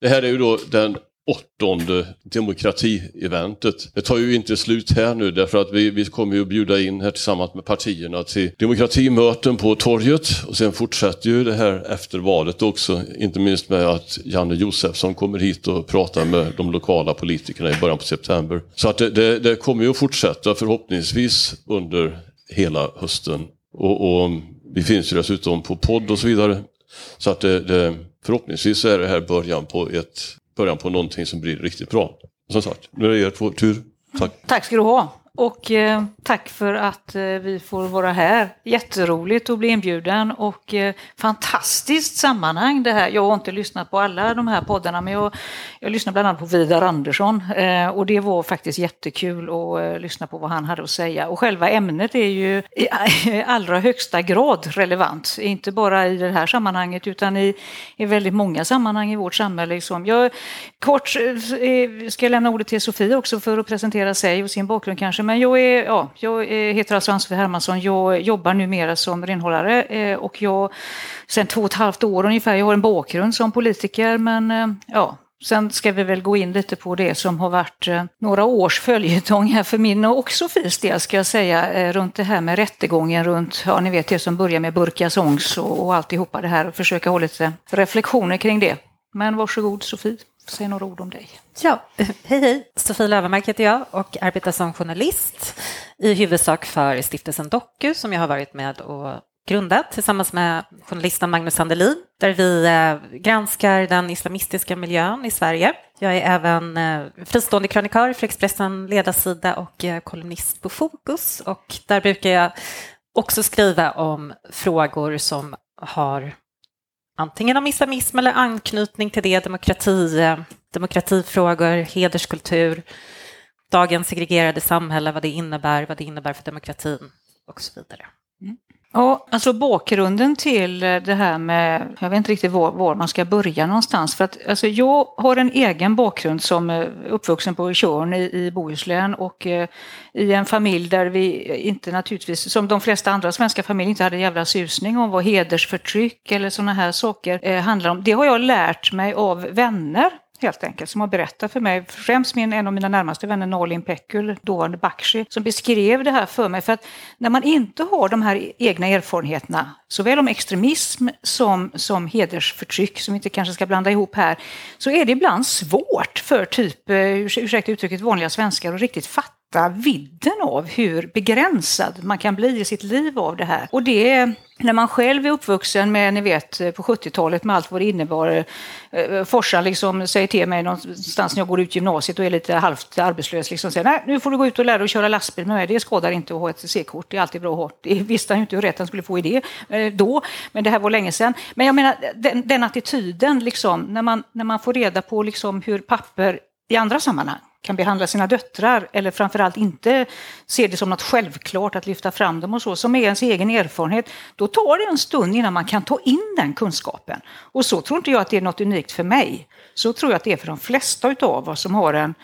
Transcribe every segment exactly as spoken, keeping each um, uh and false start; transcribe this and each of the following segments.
Det här är ju då den åttonde demokrati-eventet. Det tar ju inte slut här nu därför att vi, vi kommer ju bjuda in här tillsammans med partierna till demokratimöten på torget och sen fortsätter ju det här efter valet också, inte minst med att Janne Josefsson kommer hit och pratar med de lokala politikerna i början på september. Så att det, det, det kommer ju att fortsätta förhoppningsvis under hela hösten och, och vi finns ju dessutom på podd och så vidare. Så att det, det, förhoppningsvis så är det här början på ett början på någonting som blir riktigt bra. Som sagt, nu är det er tur. Tack. Tack ska du ha. Och eh, tack för att eh, vi får vara här. Jätteroligt att bli inbjuden och eh, fantastiskt sammanhang det här. Jag har inte lyssnat på alla de här poddarna men jag, jag lyssnade bland annat på Vidar Andersson eh, och det var faktiskt jättekul att eh, lyssna på vad han hade att säga. Och själva ämnet är ju i, i allra högsta grad relevant. Inte bara i det här sammanhanget utan i, i väldigt många sammanhang i vårt samhälle. Liksom. Jag, kort eh, ska jag lämna ordet till Sofie också för att presentera sig och sin bakgrund kanske. Men jag, är, ja, jag heter alltså Ann-Sofie Hermansson, jag jobbar numera som renhållare och jag sen två och ett halvt år ungefär, jag har en bakgrund som politiker men ja, sen ska vi väl gå in lite på det som har varit några års följetong här för min och Sofies del ska jag säga runt det här med rättegången runt, ja ni vet det som börjar med Burka Songs och, och alltihopa det här och försöka ha lite reflektioner kring det. Men varsågod Sofie. Säg några ord om dig. Ja, hej hej. Sofie Lövenmark heter jag och arbetar som journalist i huvudsak för stiftelsen Doku som jag har varit med och grundat tillsammans med journalisten Magnus Sandelin där vi eh, granskar den islamistiska miljön i Sverige. Jag är även eh, fristående krönikör för Expressen ledarsida och eh, kolumnist på Fokus och där brukar jag också skriva om frågor som har antingen om islamism eller anknytning till det, demokrati, demokratifrågor, hederskultur, dagens segregerade samhälle, vad det innebär, vad det innebär för demokratin och så vidare. Mm. Ja, alltså bakgrunden till det här med, jag vet inte riktigt var, var man ska börja någonstans. För att alltså, jag har en egen bakgrund som uppvuxen på Tjörn i, i Bohuslän och eh, i en familj där vi inte naturligtvis, som de flesta andra svenska familjer inte hade jävla susning om vad hedersförtryck eller sådana här saker eh, handlar om. Det har jag lärt mig av vänner. Helt enkelt, som har berättat för mig, främst min, en av mina närmaste vänner, Nalin Pekul, dåvarande Bakshi, som beskrev det här för mig. För att när man inte har de här egna erfarenheterna, såväl om extremism som, som hedersförtryck, som vi inte kanske ska blanda ihop här, så är det ibland svårt för typ, ursäkta uttrycket, vanliga svenskar att riktigt fatta vidden av hur begränsad man kan bli i sitt liv av det här. Och det är när man själv är uppvuxen med, ni vet, på sjuttiotalet med allt vad det innebar. Forsan liksom säger till mig någonstans när jag går ut gymnasiet och är lite halvt arbetslös. Liksom säger, nej, nu får du gå ut och lära dig att köra lastbil med mig. Det skadar inte att ha ett C-kort. Det är alltid bra att ha. Det visste han ju inte hur rätt han skulle få i det då. Men det här var länge sedan. Men jag menar, den, den attityden liksom, när man, när man får reda på liksom hur papper i andra sammanhang kan behandla sina döttrar eller framförallt inte se det som något självklart att lyfta fram dem och så, som är ens egen erfarenhet, då tar det en stund innan man kan ta in den kunskapen. Och så tror inte jag att det är något unikt för mig. Så tror jag att det är för de flesta av oss som har en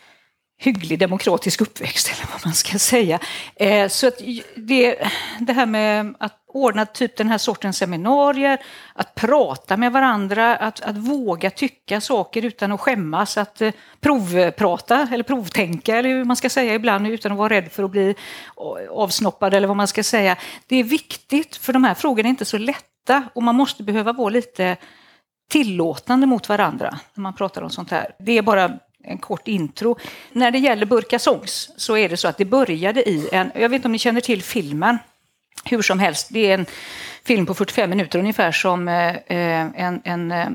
hygglig demokratisk uppväxt eller vad man ska säga. Eh, så att det, det här med att ordna typ den här sortens seminarier, att prata med varandra, att, att våga tycka saker utan att skämmas, att eh, provprata eller provtänka eller hur man ska säga ibland utan att vara rädd för att bli avsnoppad eller vad man ska säga. Det är viktigt för de här frågorna är inte så lätta och man måste behöva vara lite tillåtande mot varandra när man pratar om sånt här. Det är bara en kort intro. När det gäller Burka Songs så är det så att det började i en, jag vet inte om ni känner till filmen, hur som helst, det är en film på fyrtiofem minuter ungefär som eh, en, en eh,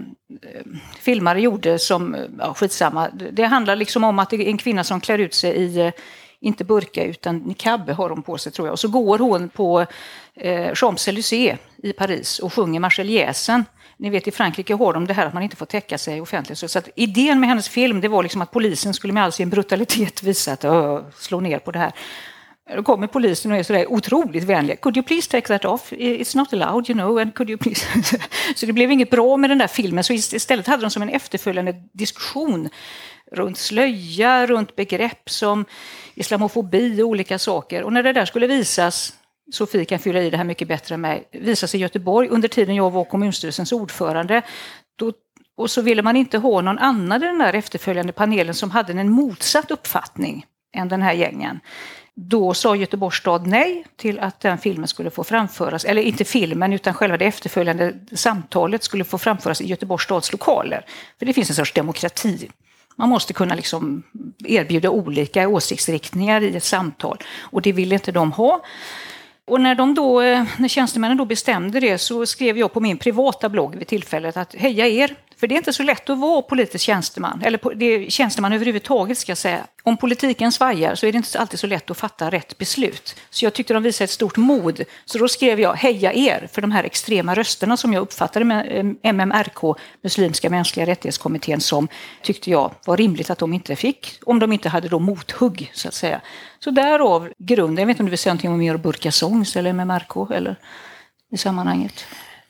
filmare gjorde som, ja skitsamma, det handlar liksom om att det är en kvinna som klär ut sig i, eh, inte burka utan niqab har hon på sig tror jag, och så går hon på eh, Champs-Élysées i Paris och sjunger Marseljäsen. Ni vet i Frankrike har de det här att man inte får täcka sig offentligt. Så att idén med hennes film det var liksom att polisen skulle med all sin brutalitet visa att uh, slå ner på det här. Då kommer polisen och är sådär otroligt vänlig. Could you please take that off? It's not allowed, you know. And could you please... så det blev inget bra med den där filmen. Så istället hade de som en efterföljande diskussion runt slöja, runt begrepp som islamofobi och olika saker. Och när det där skulle visas, Sofie kan fylla i det här mycket bättre än mig, visas i Göteborg under tiden jag var kommunstyrelsens ordförande, då Och så ville man inte ha någon annan i den där efterföljande panelen som hade en motsatt uppfattning än den här gängen. Då sa Göteborgs stad nej till att den filmen skulle få framföras, eller inte filmen utan själva det efterföljande samtalet skulle få framföras i Göteborgs stads lokaler. För det finns en sorts demokrati. Man måste kunna liksom erbjuda olika åsiktsriktningar i ett samtal och det ville inte de ha. Och när, de då, när tjänstemännen då bestämde det så skrev jag på min privata blogg vid tillfället att heja er. För det är inte så lätt att vara politisk tjänsteman, eller det är tjänsteman överhuvudtaget ska jag säga. Om politiken svajar så är det inte alltid så lätt att fatta rätt beslut. Så jag tyckte de visade ett stort mod. Så då skrev jag heja er för de här extrema rösterna som jag uppfattade med M M R K, Muslimska mänskliga rättighetskommittén, som tyckte jag var rimligt att de inte fick, om de inte hade då mothugg så att säga. Så därav grunden, jag vet inte om du vill säga någonting om mer Burka Songs eller M M R K eller i sammanhanget.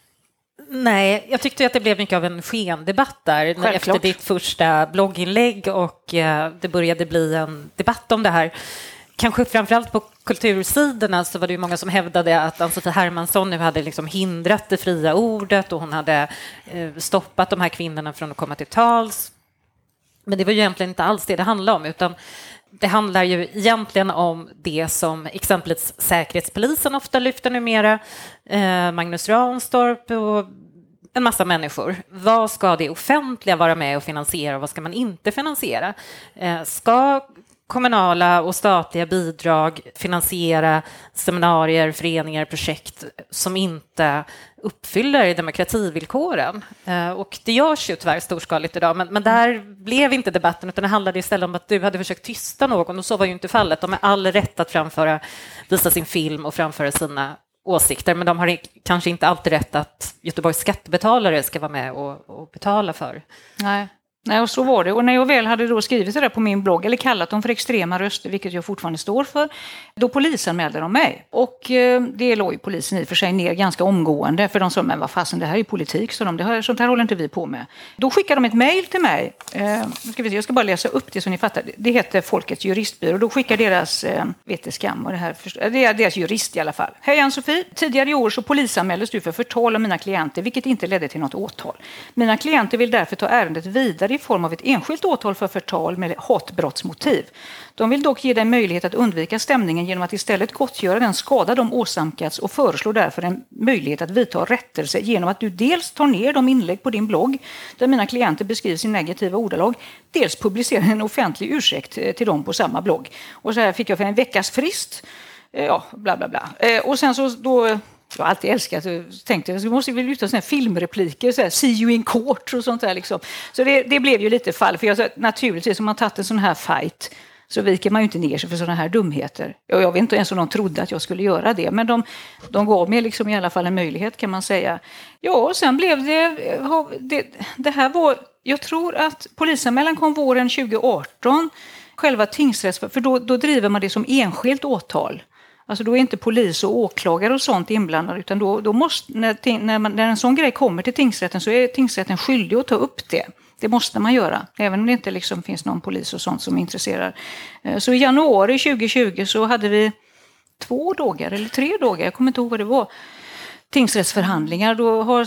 Nej, jag tyckte att det blev mycket av en skendebatt där. Självklart. Efter ditt första blogginlägg och eh, det började bli en debatt om det här. Kanske framförallt på kultursidorna så var det ju många som hävdade att Ann-Sofie Hermansson nu hade liksom hindrat det fria ordet och hon hade eh, stoppat de här kvinnorna från att komma till tals. Men det var ju egentligen inte alls det det handlade om, utan det handlar ju egentligen om det som exempelvis Säkerhetspolisen ofta lyfter numera, eh, Magnus Ranstorp och en massa människor. Vad ska det offentliga vara med och finansiera och vad ska man inte finansiera? Eh, ska kommunala och statliga bidrag finansiera seminarier, föreningar, projekt som inte uppfyller demokrativillkoren? Eh, och det görs ju tyvärr storskaligt idag, men, men där blev inte debatten, utan det handlade istället om att du hade försökt tysta någon, och så var ju inte fallet. De har all rätt att framföra, visa sin film och framföra sina åsikter, men de har kanske inte alltid rätt att Göteborgs skattebetalare ska vara med och, och betala för. Nej. Nej, och så var det. Och när jag väl hade då skrivit det där på min blogg, eller kallat dem för extrema röster, vilket jag fortfarande står för, då polisanmälde de mig. Och eh, det låg ju polisen i för sig ner ganska omgående, för de sa, men vad fasen, det här är politik, så de, det här, sånt här håller inte vi på med. Då skickade de ett mejl till mig. Eh, ska vi se, jag ska bara läsa upp det så ni fattar. Det heter Folkets juristbyrå. Då skickar deras, eh, vet det skam, och det här, det är deras jurist i alla fall. Hej Ann-Sofie, tidigare i år så polisanmäldes du för förtal av mina klienter, vilket inte ledde till något åtal. Mina klienter vill därför ta ärendet vidare i form av ett enskilt åtal för förtal med hatbrottsmotiv. De vill dock ge dig möjlighet att undvika stämningen genom att istället gottgöra den skada de åsamkats och föreslår därför en möjlighet att vidta rättelse genom att du dels tar ner de inlägg på din blogg där mina klienter beskrivs i negativa ordalag, dels publicerar en offentlig ursäkt till dem på samma blogg. Och så här fick jag för en veckas frist. Ja, bla bla bla. Och sen så då... Jag har alltid älskat och tänkte att vi måste väl lyfta såna här filmrepliker, så här, see you in court och sånt där liksom. Så det, det blev ju lite fall, för jag, naturligtvis om man tagit en sån här fight så viker man ju inte ner sig för såna här dumheter. Och jag vet inte ens om de trodde att jag skulle göra det, men de, de gav mig liksom i alla fall en möjlighet, kan man säga. Ja, och sen blev det, det, det här var, jag tror att polisanmälan kom våren tjugo arton, själva tingsrätts, för då, då driver man det som enskilt åtal. Alltså då är inte polis och åklagare och sånt inblandade, utan då, då måste, när, när, man, när en sån grej kommer till tingsrätten så är tingsrätten skyldig att ta upp det. Det måste man göra, även om det inte liksom finns någon polis och sånt som är intresserad. Så i januari tjugo tjugo så hade vi två dagar, eller tre dagar, jag kommer inte ihåg vad det var, tingsrättsförhandlingar. Då har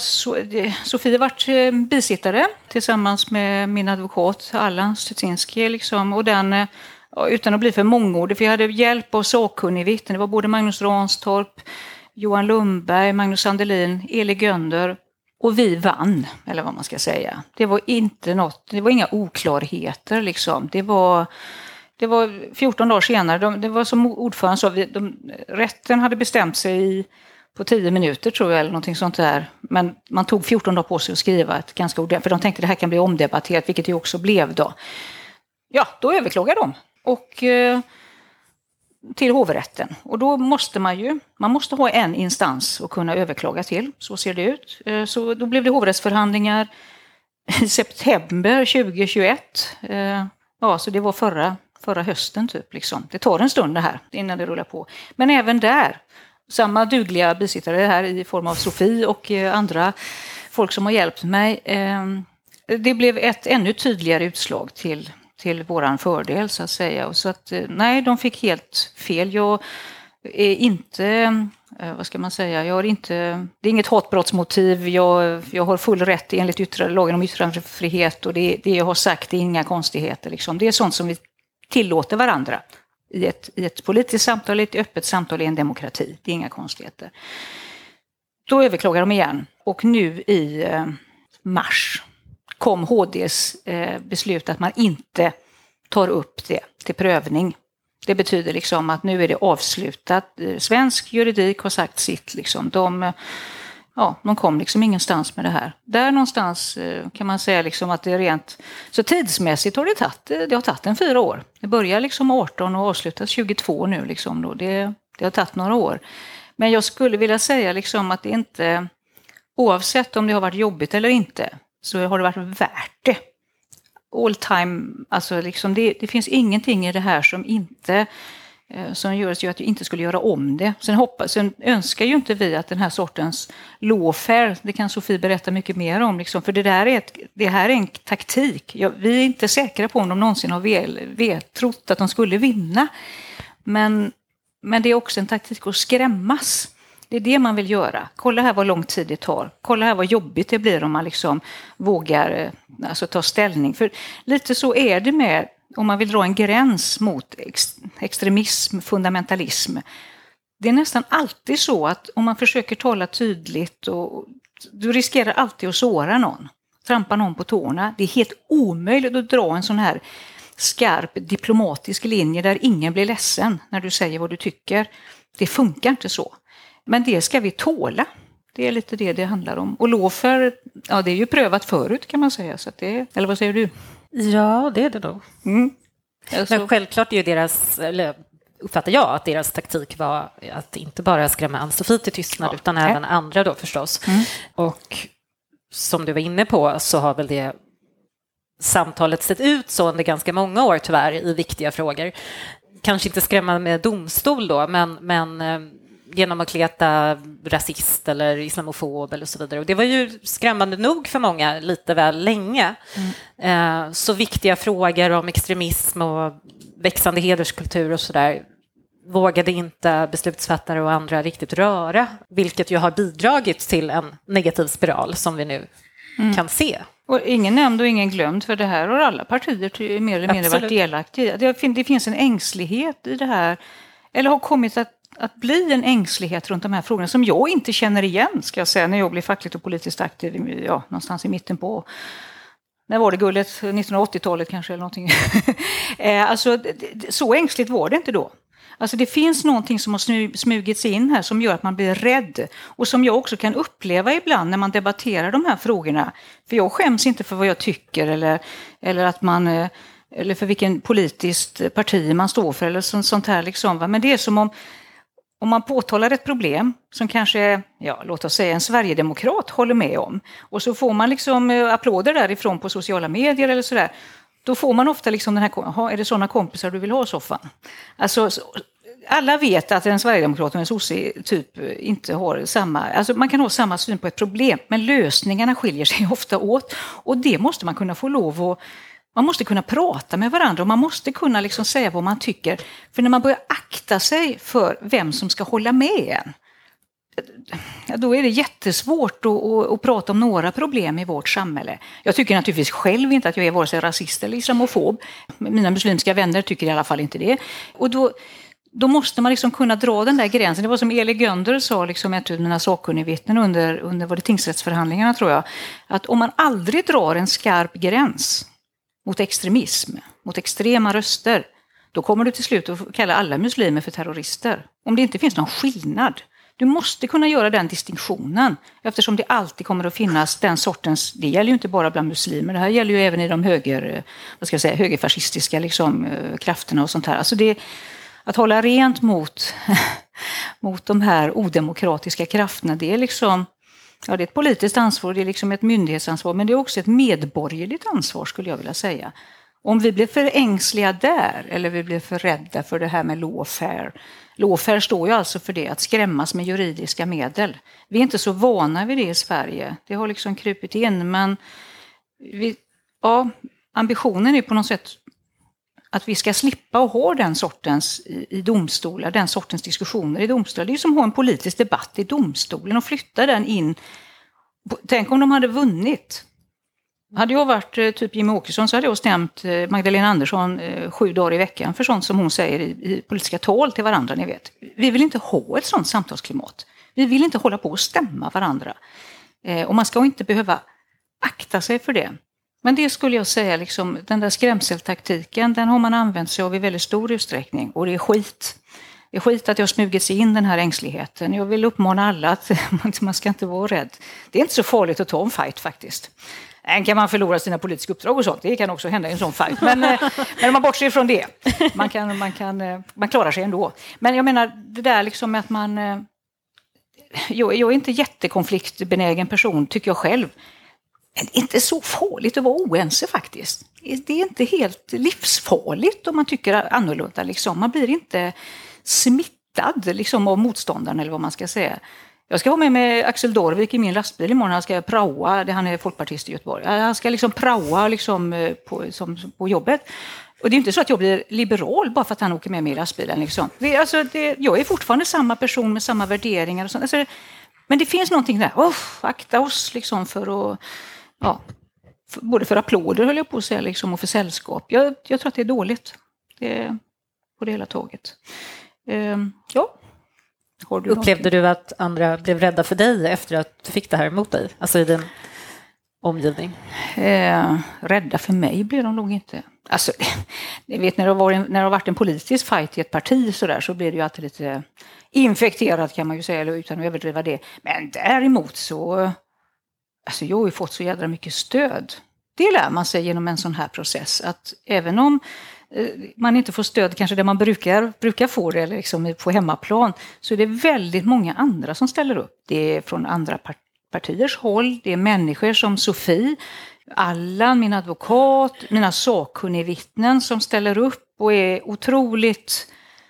Sofie varit bisittare tillsammans med min advokat Allan Stutzinski liksom, och den... Ja, utan att bli för mångordig, för jag hade hjälp av sakkunnig vittnen. Det var både Magnus Ranstorp, Johan Lundberg, Magnus Sandelin, Eli Gönder, och vi vann, eller vad man ska säga. Det var inte något, det var inga oklarheter liksom. Det var, det var fjorton dagar senare, de, det var som ordförande sa, vi, de, rätten hade bestämt sig i, på tio minuter tror jag, eller någonting sånt där. Men man tog fjorton dagar på sig att skriva ett ganska ordentligt, för de tänkte att det här kan bli omdebatterat, vilket det också blev då. Ja, då överklagade de. Och eh, till hovrätten. Och då måste man ju, man måste ha en instans att kunna överklaga till. Så ser det ut. Eh, så då blev det hovrättsförhandlingar i september tjugo tjugoett. Eh, ja, så det var förra, förra hösten typ. Liksom. Det tar en stund det här innan det rullar på. Men även där, samma dugliga bisittare här i form av Sofie och eh, andra folk som har hjälpt mig. Eh, det blev ett ännu tydligare utslag till till våran fördel så att säga. Och så att nej, de fick helt fel. Jag är inte eh, vad ska man säga, jag har inte, det är inget hatbrottsmotiv, jag, jag har full rätt enligt yttre, lagen om yttrandefrihet och det, det jag har sagt det är inga konstigheter. Liksom. Det är sånt som vi tillåter varandra i ett, i ett politiskt samtal, i ett öppet samtal i en demokrati. Det är inga konstigheter. Då överklagar de igen och nu i eh, mars kom H D:s eh, beslut att man inte tar upp det till prövning. Det betyder liksom att nu är det avslutat. Svensk juridik har sagt sitt. Liksom. De, ja, de kom liksom ingenstans med det här. Där någonstans kan man säga liksom att det är rent... Så tidsmässigt har det tagit, det har tagit en fyra år. Det börjar liksom arton och avslutas tjugotvå nu. Liksom då. Det, det har tagit några år. Men jag skulle vilja säga liksom att det inte... Oavsett om det har varit jobbigt eller inte så har det varit värt det. All time, alltså liksom det, det finns ingenting i det här som inte eh, som gör så att vi inte skulle göra om det. Sen, hoppas, sen önskar ju inte vi att den här sortens lawfare, det kan Sofie berätta mycket mer om, liksom, för det, där är ett, det här är en taktik. Ja, vi är inte säkra på om de någonsin har väl, vet, trott att de skulle vinna. Men, men det är också en taktik att skrämmas. Det är det man vill göra. Kolla här vad lång tid det tar. Kolla här vad jobbigt det blir om man liksom vågar alltså, ta ställning. För lite så är det med om man vill dra en gräns mot ex- extremism, fundamentalism. Det är nästan alltid så att om man försöker tala tydligt och du riskerar alltid att såra någon. Trampa någon på tårna. Det är helt omöjligt att dra en sån här skarp diplomatisk linje där ingen blir ledsen när du säger vad du tycker. Det funkar inte så. Men det ska vi tåla. Det är lite det det handlar om. Och lawfare, ja det är ju prövat förut kan man säga. Så att det, eller vad säger du? Ja, det är det då. Mm. Alltså. Men självklart är ju deras, eller uppfattar jag att deras taktik var att inte bara skrämma Ann-Sofie till tystnad ja. utan även andra då förstås. Mm. Och som du var inne på så har väl det samtalet sett ut så under ganska många år tyvärr i viktiga frågor. Kanske inte skrämma med domstol då, men, men genom att kleta rasist eller islamofob eller så vidare. Och det var ju skrämmande nog för många lite väl länge. Mm. Eh, så viktiga frågor om extremism och växande hederskultur och sådär vågade inte beslutsfattare och andra riktigt röra, vilket ju har bidragit till en negativ spiral som vi nu mm. kan se. Och ingen nämnd och ingen glömd, för det här har alla partier mer eller mindre varit delaktiga. Det, det finns en ängslighet i det här, eller har kommit att att bli en ängslighet runt de här frågorna som jag inte känner igen, ska jag säga, när jag blev fackligt och politiskt aktiv, ja, någonstans i mitten på, när var det gullet, nittonhundraåttiotalet kanske eller någonting. Alltså, så ängsligt var det inte då. Alltså det finns någonting som har smugits in här som gör att man blir rädd och som jag också kan uppleva ibland när man debatterar de här frågorna. För jag skäms inte för vad jag tycker eller, eller att man... eller för vilken politiskt parti man står för eller sånt här liksom. Men det är som om Om man påtalar ett problem som kanske, ja, låt oss säga en Sverigedemokrat håller med om och så får man liksom applåder därifrån på sociala medier eller sådär, då får man ofta liksom den här, är det sådana kompisar du vill ha i soffan? Alltså, alla vet att en Sverigedemokrat och en sosse typ inte har samma, alltså man kan ha samma syn på ett problem, men lösningarna skiljer sig ofta åt och det måste man kunna få lov att. Man måste kunna prata med varandra och man måste kunna liksom säga vad man tycker. För när man börjar akta sig för vem som ska hålla med en, ja, då är det jättesvårt att, att, att prata om några problem i vårt samhälle. Jag tycker naturligtvis själv inte att jag är vare sig rasist eller islamofob. Mina muslimska vänner tycker i alla fall inte det. Och då, då måste man liksom kunna dra den där gränsen. Det var som Eli Gönder sa, liksom ett av mina sakkunnigvittnen under, under var det tingsrättsförhandlingarna tror jag, att om man aldrig drar en skarp gräns mot extremism, mot extrema röster, då kommer du till slut att kalla alla muslimer för terrorister. Om det inte finns någon skillnad. Du måste kunna göra den distinktionen eftersom det alltid kommer att finnas den sortens, det gäller ju inte bara bland muslimer, det här gäller ju även i de höger, vad ska jag säga, högerfascistiska liksom, krafterna och sånt här. Alltså det, att hålla rent mot, mot de här odemokratiska krafterna, det är liksom, ja, det är ett politiskt ansvar, det är liksom ett myndighetsansvar, men det är också ett medborgerligt ansvar skulle jag vilja säga. Om vi blir för ängsliga där eller vi blir för rädda för det här med lawfare. Lawfare står ju alltså för det, att skrämmas med juridiska medel. Vi är inte så vana vid det i Sverige. Det har liksom krupit in, men vi, ja, ambitionen är på något sätt att vi ska slippa att ha den sortens i, i domstolar, den sortens diskussioner i domstolar. Det är ju som att ha en politisk debatt i domstolen och flytta den in. Tänk om de hade vunnit. Hade jag varit typ Jimmie Åkesson så hade jag stämt Magdalena Andersson sju dagar i veckan för sånt som hon säger i, i politiska tal till varandra, ni vet. Vi vill inte ha ett sånt samtalsklimat. Vi vill inte hålla på och stämma varandra. Eh, och man ska inte behöva akta sig för det. Men det skulle jag säga, liksom, den där skrämseltaktiken, den har man använt sig av i väldigt stor utsträckning. Och det är skit. Det är skit att jag smugit sig in den här ängsligheten. Jag vill uppmana alla att man ska inte vara rädd. Det är inte så farligt att ta en fight faktiskt. Än kan man förlora sina politiska uppdrag och sånt. Det kan också hända i en sån fight. Men, men om man bortser ifrån det. Man, kan, man, kan, man klarar sig ändå. Men jag menar, det där liksom med att man... Jag, jag är inte jättekonfliktbenägen person, tycker jag själv. Men det är inte så farligt att vara oense faktiskt. Det är inte helt livsfarligt om man tycker annorlunda. Liksom. Man blir inte smittad liksom, av motståndaren eller vad man ska säga. Jag ska ha med mig Axel Dorvik i min lastbil imorgon. Han ska praoa, han är folkpartist i Göteborg. Han ska liksom praoa liksom på, som, på jobbet. Och det är inte så att jag blir liberal bara för att han åker med mig i lastbilen. Liksom. Det, alltså, det, jag är fortfarande samma person med samma värderingar. Och sånt. Alltså, men det finns någonting där. Oh, akta oss liksom för att... Ja, för, både för applåder höll jag på att säga liksom, och för sällskap. Jag, jag tror att det är dåligt. Det är på det hela taget. Ehm, ja. Har du Upplevde någonting? Du att andra blev rädda för dig efter att du fick det här emot dig? Alltså i din omgivning? Eh, rädda för mig blir de nog inte. Alltså, ni vet när det har varit, när det har varit en politisk fight i ett parti så, där, så blir det ju alltid lite infekterat kan man ju säga, eller utan att överdriva det. Men däremot så, alltså jag har ju fått så jädra mycket stöd. Det lär man sig genom en sån här process. Att även om man inte får stöd kanske där man brukar, brukar få det eller liksom på hemmaplan, så är det väldigt många andra som ställer upp. Det är från andra partiers håll, det är människor som Sofie, Allan, min advokat, mina sakkunnigvittnen som ställer upp och är otroligt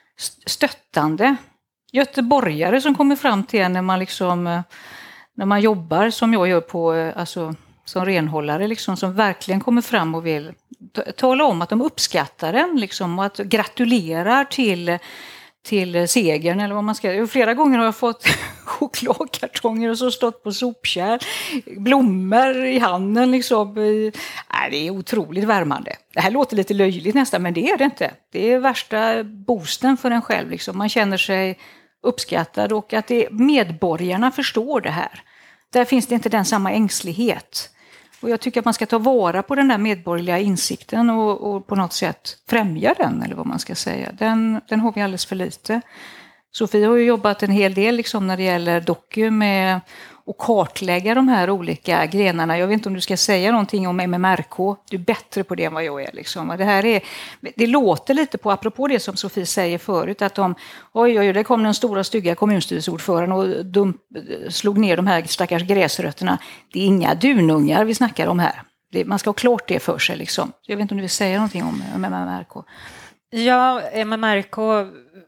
stöttande. Göteborgare som kommer fram till en när man liksom, när man jobbar som jag gör på, alltså som renhållare liksom, som verkligen kommer fram och vill t- tala om att de uppskattar den liksom, och att gratulerar till, till segern eller vad man ska. Flera gånger har jag fått chokladkartonger och så stått på sopkärl, blommor i handen liksom. Nej, det är otroligt värmande. Det här låter lite löjligt nästan, men det är det inte. Det är värsta boosten för en själv liksom. Man känner sig uppskattad och att det, medborgarna förstår det här. Där finns det inte den samma ängslighet. Och jag tycker att man ska ta vara på den där medborgerliga insikten och, och på något sätt främja den, eller vad man ska säga. Den, den har vi alldeles för lite. Sofie har ju jobbat en hel del liksom, när det gäller doku med att kartlägga de här olika grenarna. Jag vet inte om du ska säga någonting om M M R K. Du är bättre på det än vad jag är. Liksom. Det, här är, det låter lite på, apropå det som Sofie säger förut, att de, oj, oj, det kom den stora stygga kommunstyrelseordföranden och dump, slog ner de här stackars gräsrötterna. Det är inga dunungar vi snackar om här. Det, man ska ha klart det för sig. Liksom. Jag vet inte om du vill säga någonting om, om M M R K. Ja, M M R K...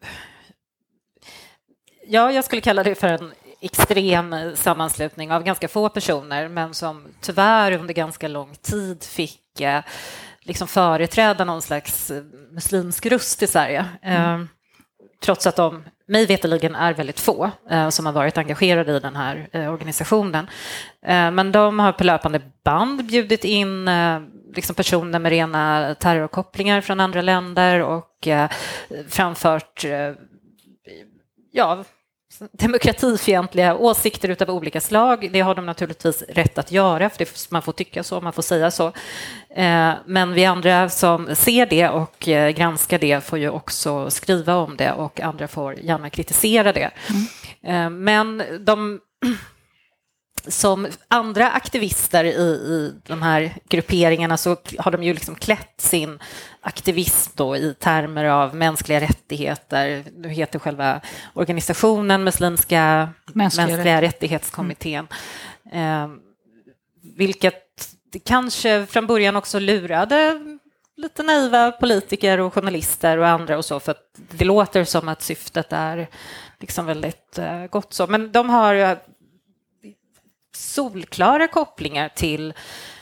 Ja, jag skulle kalla det för en extrem sammanslutning av ganska få personer, men som tyvärr under ganska lång tid fick eh, liksom företräda någon slags muslimsk röst i Sverige. Mm. Eh, trots att de, mig veterligen, är väldigt få eh, som har varit engagerade i den här eh, organisationen. Eh, men de har på löpande band bjudit in eh, liksom personer med rena terrorkopplingar från andra länder och eh, framfört eh, ja, demokratifientliga åsikter utav olika slag. Det har de naturligtvis rätt att göra, för det, man får tycka så, man får säga så. Eh, men vi andra som ser det och eh, granskar det får ju också skriva om det, och andra får gärna kritisera det. Mm. Eh, men de... Som andra aktivister i, i de här grupperingarna så har de ju liksom klätt sin aktivism då i termer av mänskliga rättigheter. Nu heter själva organisationen Muslimska mänskliga, mänskliga rättighetskommittén. Mm. Eh, vilket kanske från början också lurade lite naiva politiker och journalister och andra och så, för att det låter som att syftet är liksom väldigt eh, gott så. Men de har solklara kopplingar till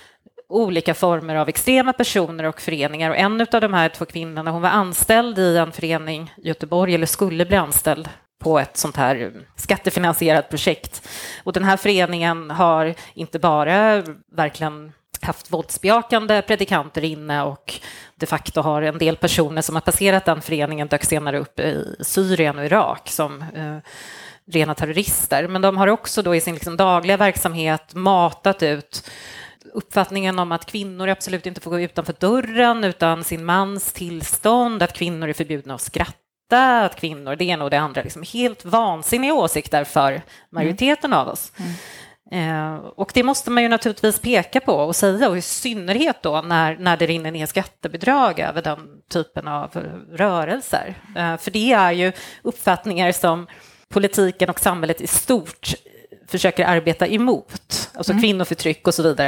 olika former av extrema personer och föreningar. Och en av de här två kvinnorna, hon var anställd i en förening i Göteborg, eller skulle bli anställd på ett sånt här skattefinansierat projekt. Och den här föreningen har inte bara verkligen haft våldsbejakande predikanter inne, och de facto har en del personer som har passerat den föreningen dök senare upp i Syrien och Irak som eh, rena terrorister. Men de har också då i sin liksom dagliga verksamhet matat ut uppfattningen om att kvinnor absolut inte får gå utanför dörren utan sin mans tillstånd, att kvinnor är förbjudna att skratta, att kvinnor det ena och det andra. Liksom helt vansinniga åsikter för majoriteten mm. av oss. Mm. Eh, och det måste man ju naturligtvis peka på och säga, och i synnerhet då när, när det rinner ner skattebidrag över den typen av rörelser. Eh, för det är ju uppfattningar som politiken och samhället i stort försöker arbeta emot. Alltså mm. kvinnoförtryck och så vidare.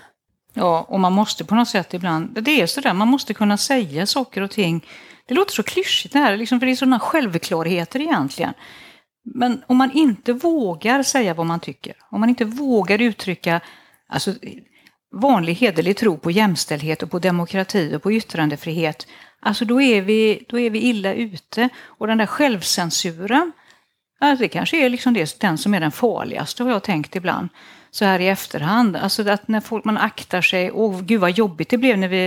Ja, och man måste på något sätt ibland, det är så där, man måste kunna säga saker och ting. Det låter så klyschigt det här, liksom, för det är sådana självklarheter egentligen. Men om man inte vågar säga vad man tycker, om man inte vågar uttrycka alltså, vanlig hederlig tro på jämställdhet och på demokrati och på yttrandefrihet, alltså då är vi, då är vi illa ute. Och den där självcensuren, alltså det kanske är liksom det, den som är den farligaste, har jag tänkt ibland, så här i efterhand. Alltså att när folk, man aktar sig, åh gud vad jobbigt det blev när vi...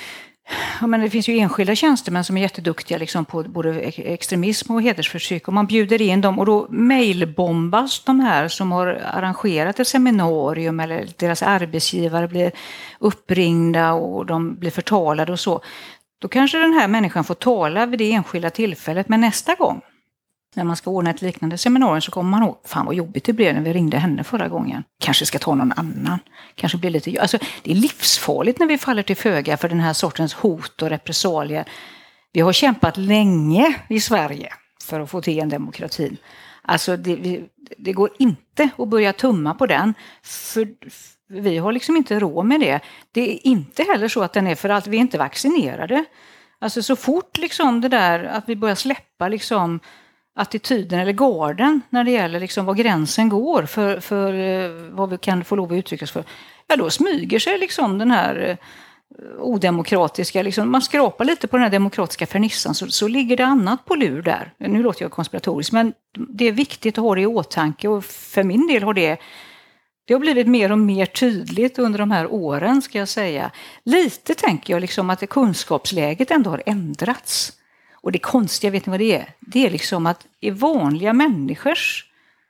Ja, men det finns ju enskilda tjänstemän som är jätteduktiga liksom på både extremism och hedersförtryck, och man bjuder in dem och då mejlbombas de här som har arrangerat ett seminarium, eller deras arbetsgivare blir uppringda och de blir förtalade och så. Då kanske den här människan får tala vid det enskilda tillfället, men nästa gång när man ska ordna ett liknande seminarium så kommer man ihåg, fan vad jobbigt det blev när vi ringde henne förra gången. Kanske ska ta någon annan. Kanske blir lite... Alltså, det är livsfarligt när vi faller till föga för den här sortens hot och repressalier. Vi har kämpat länge i Sverige för att få till en demokrati. Alltså, det, vi, det går inte att börja tumma på den, för vi har liksom inte råd med det. Det är inte heller så att den är för allt. Vi är inte vaccinerade. Alltså, så fort liksom det där att vi börjar släppa liksom attityden eller garden när det gäller liksom var gränsen går för, för vad vi kan få lov att uttryckas för, ja då smyger sig liksom den här odemokratiska, liksom, man skrapar lite på den här demokratiska fernissan så, så ligger det annat på lur där. Nu låter jag konspiratoriskt, men det är viktigt att ha det i åtanke, och för min del har det det har blivit mer och mer tydligt under de här åren, ska jag säga. Lite tänker jag liksom att det kunskapsläget ändå har ändrats. Och det konstiga, vet ni vad det är? Det är liksom att i vanliga människors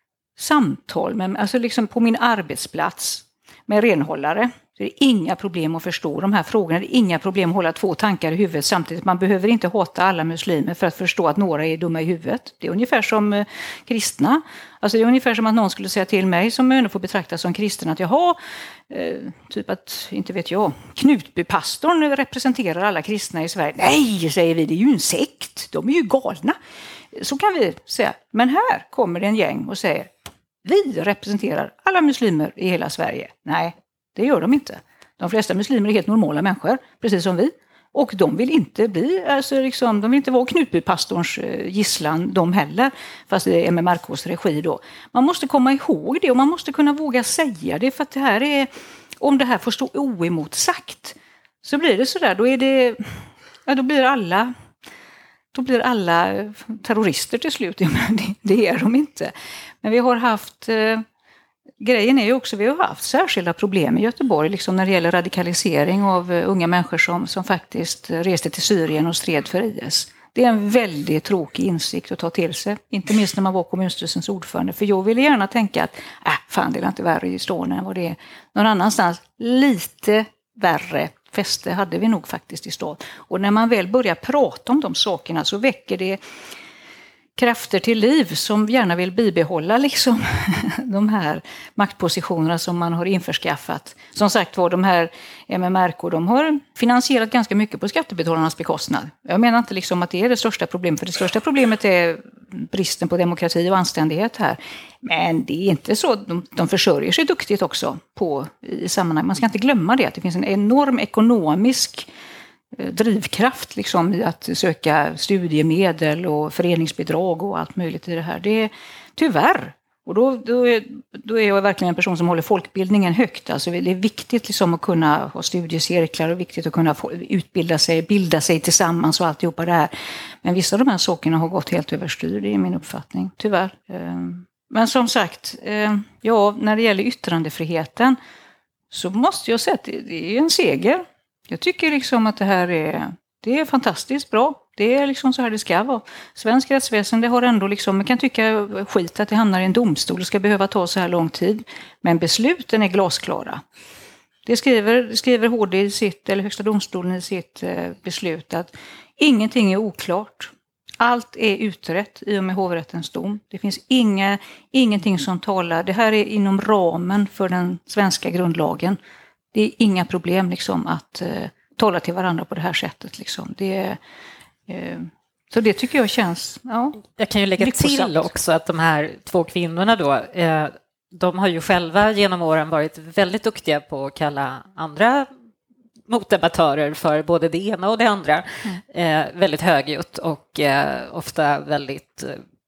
samtal, med, alltså liksom på min arbetsplats med renhållare, så är det inga problem att förstå de här frågorna. Det är inga problem att hålla två tankar i huvudet samtidigt. Man behöver inte hata alla muslimer för att förstå att några är dumma i huvudet. Det är ungefär som eh, kristna. Alltså det är ungefär som att någon skulle säga till mig, som ändå får betraktas som kristen, att jaha, eh, typ att, inte vet jag, Knutbypastorn representerar alla kristna i Sverige. Nej, säger vi, det är ju en sekt. De är ju galna. Så kan vi säga. Men här kommer det en gäng och säger, vi representerar alla muslimer i hela Sverige. Nej, det gör de inte. De flesta muslimer är helt normala människor, precis som vi. Och de vill inte bli, alltså liksom, de vill inte vara Knutbypastorns gisslan de heller, fast det är M M R K:s regi då. Man måste komma ihåg det, och man måste kunna våga säga det, för att det här är, om det här får stå oemotsagt så blir det sådär, då är det, ja, då blir alla då blir alla terrorister till slut. Ja, men det, det är de inte. Men vi har haft eh, grejen är ju också, vi har haft särskilda problem i Göteborg liksom när det gäller radikalisering av uh, unga människor som, som faktiskt reste till Syrien och stred för I S. Det är en väldigt tråkig insikt att ta till sig, inte minst när man var kommunstyrelsens ordförande, för jag ville gärna tänka att äh, fan, det är inte värre i Stånd än vad det är någon annanstans. Lite värre fäste hade vi nog faktiskt i stad. Och när man väl börjar prata om de sakerna så väcker det krafter till liv som gärna vill bibehålla liksom de här maktpositionerna som man har införskaffat. Som sagt var, de här M M R K, de har finansierat ganska mycket på skattebetalarnas bekostnad. Jag menar inte liksom att det är det största problemet, för det största problemet är bristen på demokrati och anständighet här. Men det är inte så, de, de försörjer sig duktigt också på, i sammanhang. Man ska inte glömma det, att det finns en enorm ekonomisk drivkraft liksom i att söka studiemedel och föreningsbidrag och allt möjligt i det här. Det är tyvärr, Och då, då, är, då är jag verkligen en person som håller folkbildningen högt. Alltså det är viktigt liksom att kunna ha studiecirklar och viktigt att kunna få, utbilda sig, bilda sig tillsammans och alltihopa det här. Men vissa av de här sakerna har gått helt överstyr, det är min uppfattning, tyvärr. Men som sagt, ja, när det gäller yttrandefriheten så måste jag säga att det är en seger. Jag tycker liksom att det här är, det är fantastiskt bra. Det är liksom så här det ska vara. Svensk rättsväsende har ändå liksom, man kan tycka skit att det hamnar i en domstol och ska behöva ta så här lång tid. Men besluten är glasklara. Det skriver, det skriver H D i sitt, eller Högsta domstolen i sitt eh, beslut att ingenting är oklart. Allt är utrett i och med hovrättens dom. Det finns inga, ingenting som talar, det här är inom ramen för den svenska grundlagen. Det är inga problem liksom att eh, tala till varandra på det här sättet. Liksom. Det är... Så det tycker jag känns, ja. Jag kan ju lägga till också att de här två kvinnorna då, de har ju själva genom åren varit väldigt duktiga på att kalla andra motdebattörer för både det ena och det andra. Mm. Väldigt högljutt och ofta väldigt,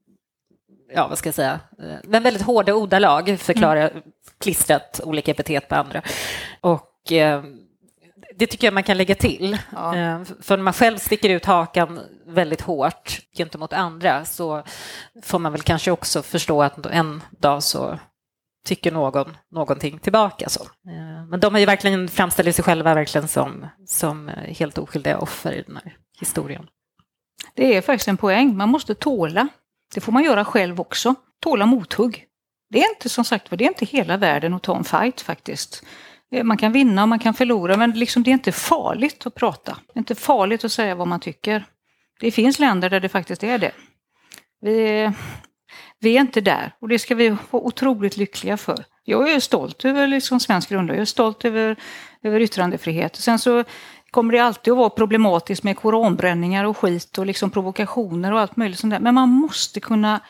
ja vad ska jag säga, men väldigt hårda ordalag, förklara mm. klistrat olika epitet på andra. Och det tycker jag man kan lägga till. Ja. För när man själv sticker ut hakan väldigt hårt gentemot andra så får man väl kanske också förstå att en dag så tycker någon någonting tillbaka. Så. Men de har ju verkligen framställt sig själva verkligen som, som helt oskyldiga offer i den här historien. Det är faktiskt en poäng. Man måste tåla. Det får man göra själv också. Tåla mothugg. Det är inte som sagt, det är inte hela världen att ta en fight faktiskt. Man kan vinna och man kan förlora, men liksom det är inte farligt att prata. Det är inte farligt att säga vad man tycker. Det finns länder där det faktiskt är det. Vi, vi är inte där och det ska vi vara otroligt lyckliga för. Jag är stolt över liksom svensk grundlag, jag är stolt över, över yttrandefrihet. Sen så kommer det alltid att vara problematiskt med koranbränningar och skit och liksom provokationer och allt möjligt sånt där. Men man måste kunna...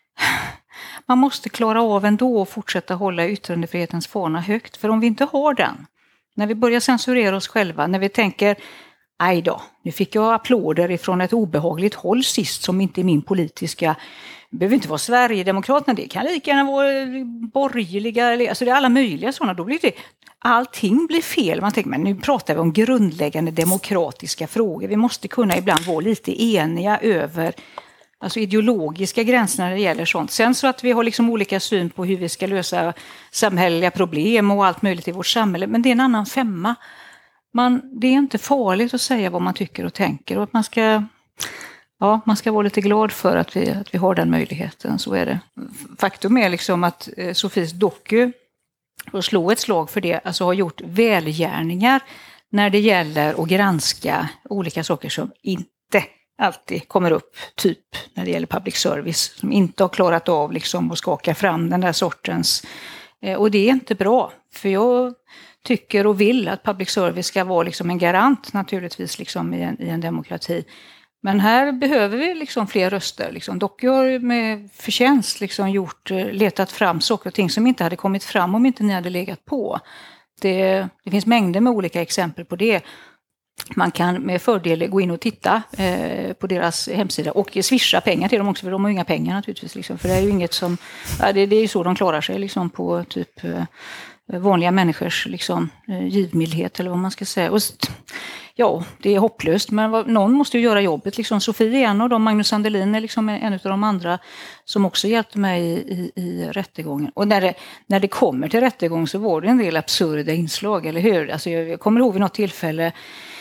Man måste klara av ändå och fortsätta hålla yttrandefrihetens fana högt. För om vi inte har den, när vi börjar censurera oss själva, när vi tänker, aj då, nu fick jag applåder ifrån ett obehagligt håll sist som inte är min politiska, det behöver inte vara Sverigedemokraterna, det kan lika gärna vara borgerliga, alltså det är alla möjliga sådana, då blir det, allting blir fel. Man tänker, men nu pratar vi om grundläggande demokratiska frågor, vi måste kunna ibland vara lite eniga över alltså ideologiska gränser när det gäller sånt. Sen så att vi har liksom olika syn på hur vi ska lösa samhälleliga problem och allt möjligt i vårt samhälle. Men det är en annan femma. Man, det är inte farligt att säga vad man tycker och tänker. Och att man ska, ja, man ska vara lite glad för att vi, att vi har den möjligheten. Så är det. Faktum är liksom att eh, Sofies doku, och slå ett slag för det, alltså har gjort välgärningar när det gäller att granska olika saker som inte alltid kommer upp, typ när det gäller public service, som inte har klarat av liksom att skaka fram den där sortens. Eh, och det är inte bra, för jag tycker och vill att public service ska vara liksom en garant naturligtvis liksom i, en, i en demokrati. Men här behöver vi liksom fler röster. Liksom. Dock har med förtjänst liksom gjort, letat fram saker och ting som inte hade kommit fram om inte ni hade legat på. Det, det finns mängder med olika exempel på det. Man kan med fördel gå in och titta eh, på deras hemsida och swisha pengar till dem också, för de har ju inga pengar naturligtvis. Liksom, för det är ju inget som, ja, det, det är ju så de klarar sig liksom, på typ eh, vanliga människors liksom, eh, givmildhet eller vad man ska säga. Och, ja, det är hopplöst, men vad, någon måste ju göra jobbet. Liksom. Sofie är en av dem, Magnus Sandelin är liksom en av de andra som också hjälpte mig i, i, i rättegången. Och när det, när det kommer till rättegång så var det en del absurda inslag, eller hur? Alltså, jag, jag kommer ihåg vid något tillfälle.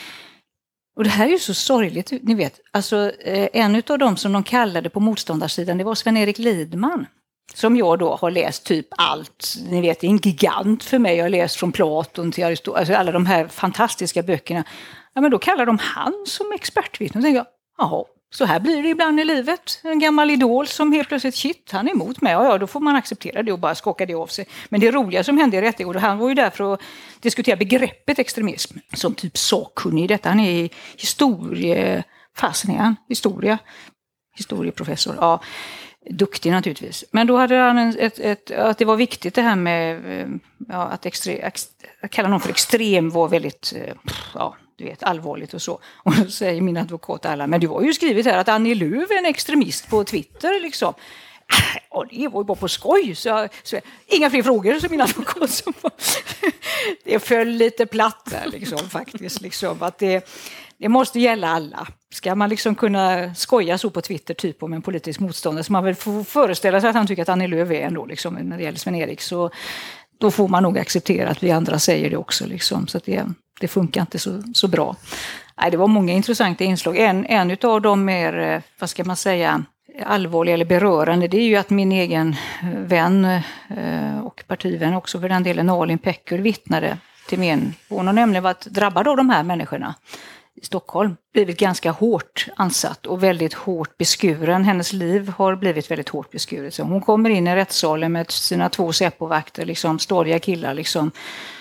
Och det här är ju så sorgligt, ni vet. Alltså, en av dem som de kallade på motståndarsidan, det var Sven-Erik Lidman. Som jag då har läst typ allt. Ni vet, det är en gigant för mig. Jag har läst från Platon till Aristoteles, alltså alla de här fantastiska böckerna. Ja, men då kallar de han som expertvittne. Och tänker jag, jaha, så här blir det ibland i livet. En gammal idol som helt plötsligt, shit, han är emot mig. Ja, ja, då får man acceptera det och bara skaka det av sig. Men det roliga som hände i rättegången, han var ju där för att diskutera begreppet extremism. Som typ sakkunnig i detta. Han är historie... Fasen är han? Historia. Historieprofessor, ja. Duktig naturligtvis. Men då hade han ett, ett, ett, att det var viktigt det här med ja, att extre, ex, kalla någon för extrem var väldigt, ja, du vet, allvarligt och så. Och då säger min advokat alla, men du har ju skrivit här att Annie Lööf är en extremist på Twitter liksom. ja, det var ju bara på skoj. Så, så, inga fler frågor, som min advokat som det föll lite platt där liksom, faktiskt. Liksom, att det, det måste gälla alla. Ska man liksom kunna skoja så på Twitter typ om en politisk motståndare, så man väl får föreställa sig att han tycker att Annie Lööf är ändå, liksom, när det gäller Sven-Erik, så då får man nog acceptera att vi andra säger det också. Liksom, så att det, det funkar inte så, så bra. Nej, det var många intressanta inslag. En, en av de mer, vad ska man säga, allvarliga eller berörande, det är ju att min egen vän och partivän också för den delen, Nalin Pekkur, vittnade till min. Hon har nämligen varit drabbad av de här människorna i Stockholm. Blivit ganska hårt ansatt och väldigt hårt beskuren. Hennes liv har blivit väldigt hårt beskuret. Så hon kommer in i rättssalen med sina två Säpo-vakter, liksom stadiga killar liksom.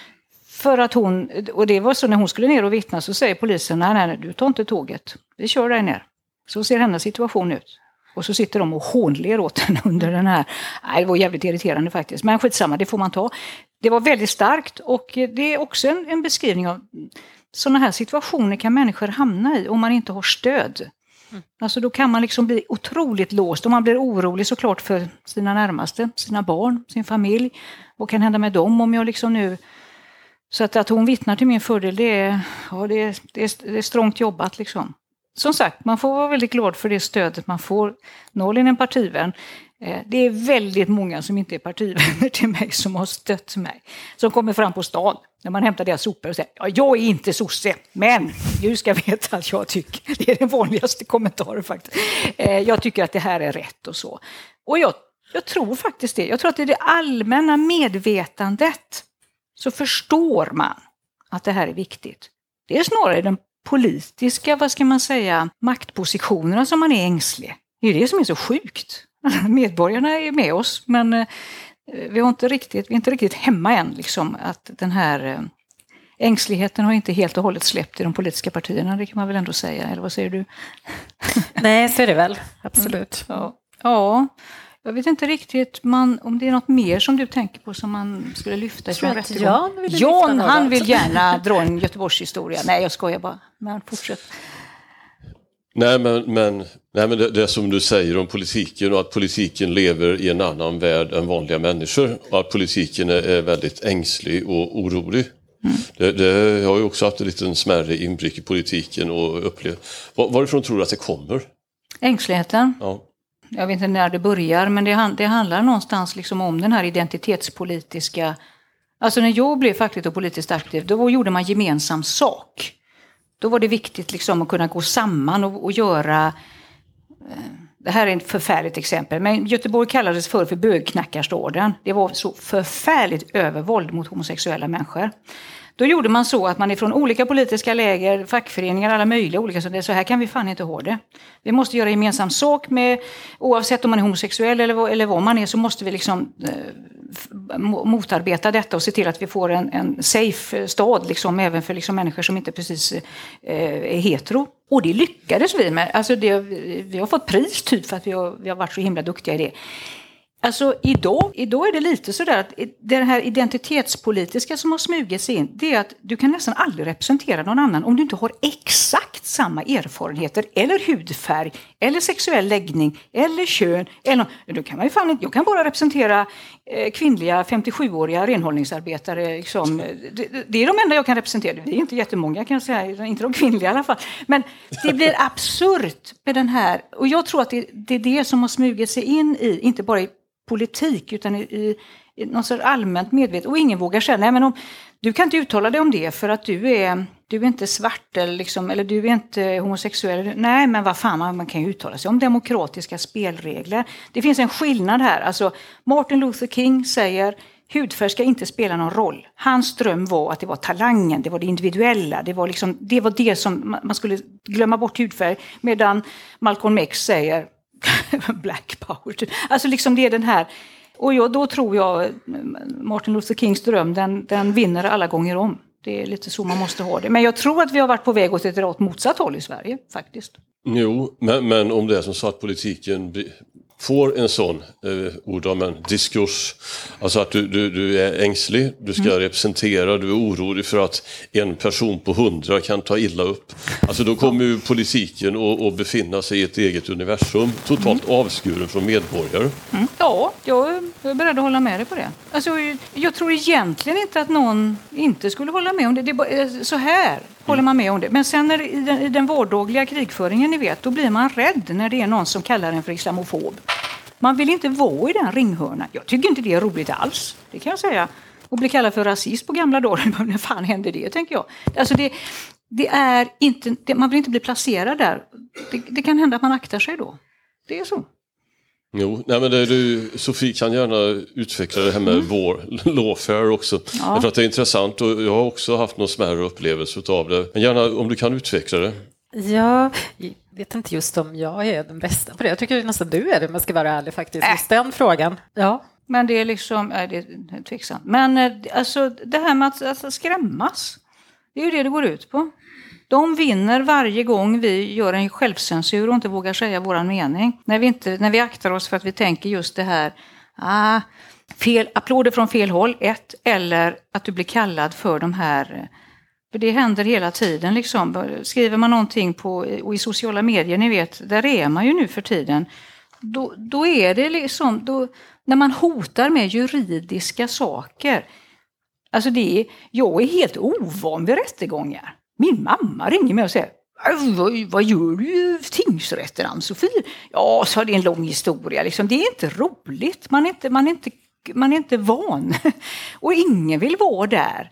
För att hon, och det var så när hon skulle ner och vittna, så säger polisen, nej, nej, du tar inte tåget. Vi kör dig ner. Så ser hennes situation ut. Och så sitter de och hånler åt henne under den här. Nej, det var jävligt irriterande faktiskt. Men skitsamma, det får man ta. Det var väldigt starkt, och det är också en, en beskrivning av sådana här situationer kan människor hamna i om man inte har stöd. Mm. Alltså då kan man liksom bli otroligt låst, och man blir orolig såklart för sina närmaste, sina barn, sin familj. Vad kan hända med dem om jag liksom nu... Så att, att hon vittnar till min fördel, det är, ja, det är, det är, det är strångt jobbat liksom. Som sagt, man får vara väldigt glad för det stödet man får. Nalin är en partivän. Det är väldigt många som inte är partivänner till mig som har stött mig. Som kommer fram på stan när man hämtar deras sopor och säger, ja, jag är inte sosse, men du ska veta att jag tycker, det är den vanligaste kommentaren faktiskt. Jag tycker att det här är rätt och så. Och jag, jag tror faktiskt det. Jag tror att det är det allmänna medvetandet, så förstår man att det här är viktigt. Det är snarare den politiska, vad ska man säga, maktpositionerna som man är ängslig. Det är det som är så sjukt. Medborgarna är med oss, men eh, vi, har inte riktigt, vi är inte riktigt hemma än. Liksom, att den här eh, ängsligheten har inte helt och hållet släppt i de politiska partierna, det kan man väl ändå säga. Eller vad säger du? Nej, så är det väl. Absolut. Mm. Ja. ja, jag vet inte riktigt man, om det är något mer som du tänker på som man skulle lyfta från rättegång. Jan vill, Jan, han vill gärna dra en Göteborgs historia. Nej, jag skojar bara. Men fortsätt. Nej, men, men, nej, men det, det som du säger om politiken, och att politiken lever i en annan värld än vanliga människor, och att politiken är, är väldigt ängslig och orolig. Mm. Det, det jag har ju också haft en liten smärre inblick i politiken och upplevt. Var, varifrån tror du att det kommer? Ängsligheten? Ja. Jag vet inte när det börjar, men det, det handlar någonstans liksom om den här identitetspolitiska... Alltså när jag blev fackligt och politiskt aktiv, då gjorde man gemensam sak. Då var det viktigt liksom att kunna gå samman och, och göra... Det här är ett förfärligt exempel, men Göteborg kallades för för bögknackarstaden. Det var så förfärligt övervåld mot homosexuella människor. Då gjorde man så att man ifrån olika politiska läger, fackföreningar, alla möjliga olika, så, det, så här kan vi fan inte ha det. Vi måste göra gemensam sak med, oavsett om man är homosexuell eller vad, eller vad man är, så måste vi liksom eh, motarbeta detta och se till att vi får en, en safe stad, liksom, även för liksom människor som inte precis eh, är hetero. Och det lyckades vi med. Alltså det, vi har fått pris typ för att vi har, vi har varit så himla duktiga i det. Alltså idag, idag är det lite sådär att det här identitetspolitiska som har smugit sig in, det är att du kan nästan aldrig representera någon annan om du inte har exakt samma erfarenheter eller hudfärg eller sexuell läggning eller kön. Eller, då kan man ju fan inte, jag kan bara representera eh, kvinnliga femtiosjuåriga renhållningsarbetare. Liksom. Det, det är de enda jag kan representera. Vi är inte jättemånga kan jag säga, inte de kvinnliga i alla fall. Men det blir absurt med den här, och jag tror att det, det är det som har smugit sig in i, inte bara i politik utan i, i, i något sorts allmänt medvetet, och ingen vågar säga nej, men om, du kan inte uttala dig om det för att du är, du är inte svart eller, liksom, eller du är inte homosexuell. Nej, men vad fan, man, man kan ju uttala sig om demokratiska spelregler. Det finns en skillnad här. Alltså, Martin Luther King säger hudfärg ska inte spela någon roll. Hans dröm var att det var talangen, det var det individuella, det var, liksom, det, var det som man skulle glömma bort hudfärg, medan Malcolm X säger Black power. Alltså liksom det är den här. Och jag, då tror jag Martin Luther Kings dröm, den, den vinner alla gånger om. Det är lite så man måste ha det. Men jag tror att vi har varit på väg åt ett rakt motsatt håll i Sverige faktiskt. Jo, men, men om det är som så att politiken får en sån eh, ord om en diskurs, alltså att du, du, du är ängslig, du ska mm. representera, du är orolig för att en person på hundra kan ta illa upp. Alltså då kommer ju politiken att, att befinna sig i ett eget universum, totalt mm. avskuren från medborgare. Mm. Ja, jag är beredd att hålla med dig på det. Alltså, jag tror egentligen inte att någon inte skulle hålla med om det. Det är bara, så här mm. håller man med om det. Men sen när, i, den, i den vardagliga krigföringen, ni vet, då blir man rädd när det är någon som kallar en för islamofob. Man vill inte vara i den ringhörnan. Jag tycker inte det är roligt alls, det kan jag säga. Och bli kallad för rasist på gamla dagar, när fan händer det, tänker jag. Alltså det, det är inte, det, man vill inte bli placerad där. Det, det kan hända att man aktar sig då. Det är så. Jo, nej men det, du, Sofie kan gärna utveckla det här med mm. vår lawfare också. Ja. Jag tror att det är intressant och jag har också haft någon smärre upplevelse av det. Men gärna om du kan utveckla det. Ja, jag vet inte just om jag är den bästa på det. Jag tycker nästan du är det, om jag ska vara ärlig faktiskt. Äh. Just den frågan. Ja. Men det är liksom, äh, det är tveksamt. Men alltså det här med att alltså, skrämmas, det är ju det det går ut på. De vinner varje gång vi gör en självcensur och inte vågar säga våran mening. När vi, inte, när vi aktar oss för att vi tänker just det här, ah, fel, applåder från fel håll, ett, eller att du blir kallad för de här. För det händer hela tiden. Liksom. Skriver man någonting på, och i sociala medier, ni vet, där är man ju nu för tiden. Då, då är det liksom, då, när man hotar med juridiska saker. Alltså det är, jag är helt ovan vid rättegångar. Min mamma ringer mig och säger, vad, vad gör du i tingsrätten, Ann-Sofie? Ja, så är det en lång historia. Liksom. Det är inte roligt. Man är inte, man är inte, man är inte van. Och ingen vill vara där.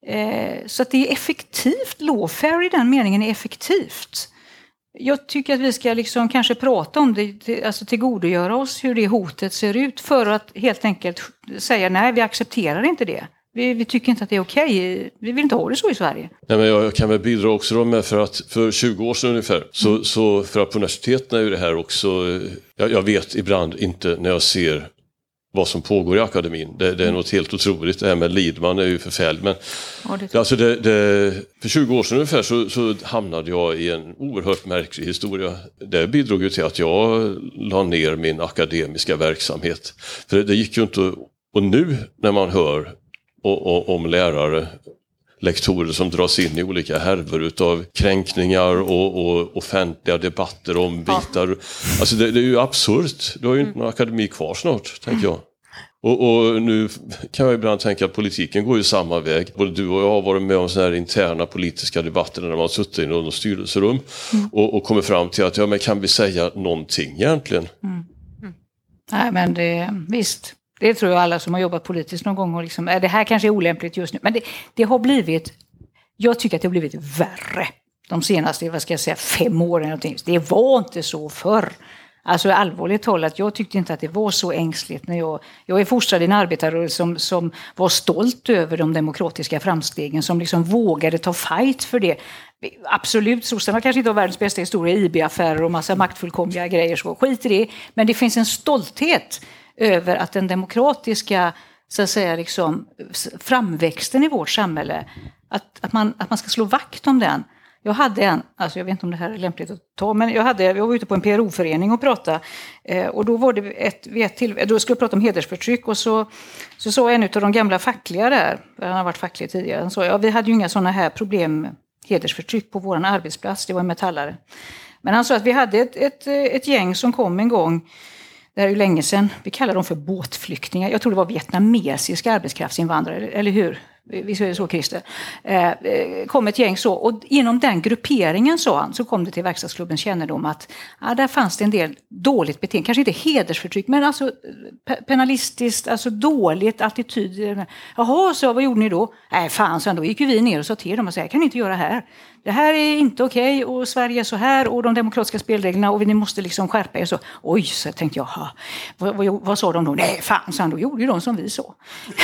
Eh, så att det är effektivt. Lawfare i den meningen är effektivt. Jag tycker att vi ska liksom kanske prata om det, alltså tillgodogöra oss hur det hotet ser ut för att helt enkelt säga nej, vi accepterar inte det. Vi, vi tycker inte att det är okej. Vi vill inte ha det så i Sverige. Nej, men jag, jag kan väl bidra också då med för att för tjugo år sedan ungefär så, mm. så för att på universiteten är ju det här också, jag, jag vet ibland inte när jag ser vad som pågår i akademin. Det, det är något helt otroligt. Det här med Lidman är ju förfärligt. Men ja, det alltså det, det, för tjugo år sedan ungefär så, så hamnade jag i en oerhört märklig historia. Det bidrog ju till att jag la ner min akademiska verksamhet. För det, det gick ju inte. Och nu när man hör och, och, om lärare, lektorer som dras in i olika härvor utav kränkningar och, och offentliga debatter om bitar. Ja. Alltså det, det är ju absurt. Du har ju inte någon akademi kvar snart, tänker jag. Och, och nu kan jag ibland tänka att politiken går ju samma väg. Både du och jag har varit med om sådana här interna politiska debatter när man har suttit i någon styrelserum mm. och, och kommer fram till att ja, men kan vi säga någonting egentligen? Mm. Mm. Nej, men det, visst. Det tror jag alla som har jobbat politiskt någon gång. Och liksom, det här kanske är olämpligt just nu. Men det, det har blivit, jag tycker att det har blivit värre de senaste, vad ska jag säga, fem åren. Det var inte så förr. Alltså allvarligt talat, jag tyckte inte att det var så ängsligt när jag, jag är fostrad i en arbetarrörelse som, som var stolt över de demokratiska framstegen, som liksom vågade ta fight för det. Absolut, sossarna kanske inte har världens bästa historia, I B-affärer och massa maktfullkomliga grejer, så skit i det. Men det finns en stolthet över att den demokratiska, så att säga, liksom, framväxten i vårt samhälle, att, att, man, att man ska slå vakt om den. Jag hade en, alltså jag vet inte om det här är lämpligt att ta, men jag, hade, jag var ute på en P R O-förening och pratade, eh, och då var det ett, ett till, då skulle jag prata om hedersförtryck, och så, så sa en av de gamla fackliga där, han har varit facklig tidigare, han sa, ja, vi hade ju inga sådana här problem, hedersförtryck på vår arbetsplats, det var en metallare. Men han sa att vi hade ett, ett, ett gäng som kom en gång, det här är ju länge sedan, vi kallar dem för båtflyktingar, jag tror det var vietnamesiska arbetskraftsinvandrare, eller hur? Vi säger så, Christer. Eh, kom ett gäng så, och inom den grupperingen, sa han, så kom det till verkstadsklubbens kännedom att ja, där fanns det en del dåligt beteende, kanske inte hedersförtryck, men alltså penalistiskt, alltså dåligt attityd. Jaha, så vad gjorde ni då? Nej, fan, så då gick ju vi ner och sa till dem och sa, jag kan inte göra här. Det här är inte okej, och Sverige är så här, och de demokratiska spelreglerna, och ni måste liksom skärpa er. Så, oj, så tänkte jag, vad, vad, vad sa de då? Nej, fan, så då gjorde ju de som vi sa.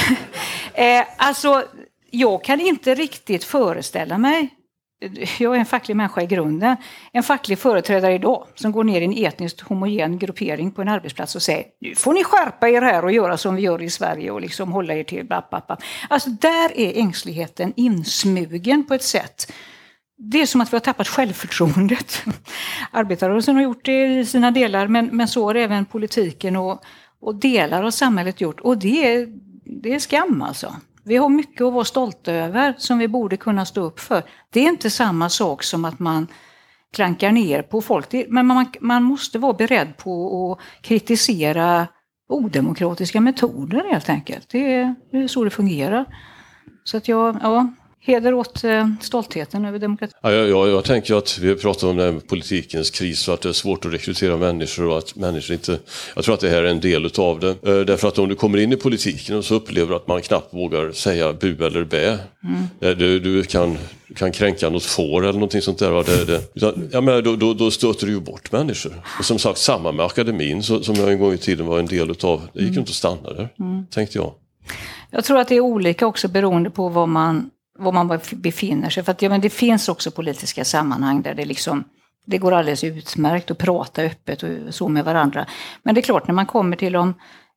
eh, alltså, jag kan inte riktigt föreställa mig, jag är en facklig människa i grunden, en facklig företrädare idag som går ner i en etniskt homogen gruppering på en arbetsplats och säger, nu får ni skärpa er här och göra som vi gör i Sverige och liksom hålla er till. Bla, bla, bla. Alltså där är ängsligheten insmugen på ett sätt. det är som att vi har tappat självförtroendet. Arbetarrörelsen har gjort det i sina delar, men, men så har även politiken och, och delar av samhället gjort. Och det är, det är skam alltså. Vi har mycket att vara stolta över som vi borde kunna stå upp för. Det är inte samma sak som att man klankar ner på folk. Det, men man, man måste vara beredd på att kritisera odemokratiska metoder helt enkelt. Det är, det är så det fungerar. Så att jag, ja, heder åt eh, stoltheten över demokrati. Ja, jag, jag, jag tänker att vi pratar om den politikens kris och att det är svårt att rekrytera människor och att människor inte... Jag tror att det här är en del utav det. Eh, därför att om du kommer in i politiken och så upplever att man knappt vågar säga bu eller bä. Mm. Eh, du, du kan, kan kränka något får eller någonting sånt där. Va? Det, det. Utan, ja, men då, då, då stöter du ju bort människor. Och som sagt, samma med akademin så, som jag en gång i tiden var en del utav. Det gick ju mm. inte att stanna där, mm. tänkte jag. Jag tror att det är olika också beroende på vad man... var man befinner sig. För att, ja, men det finns också politiska sammanhang där det, liksom, det går alldeles utmärkt att prata öppet och så med varandra. Men det är klart, när man kommer till de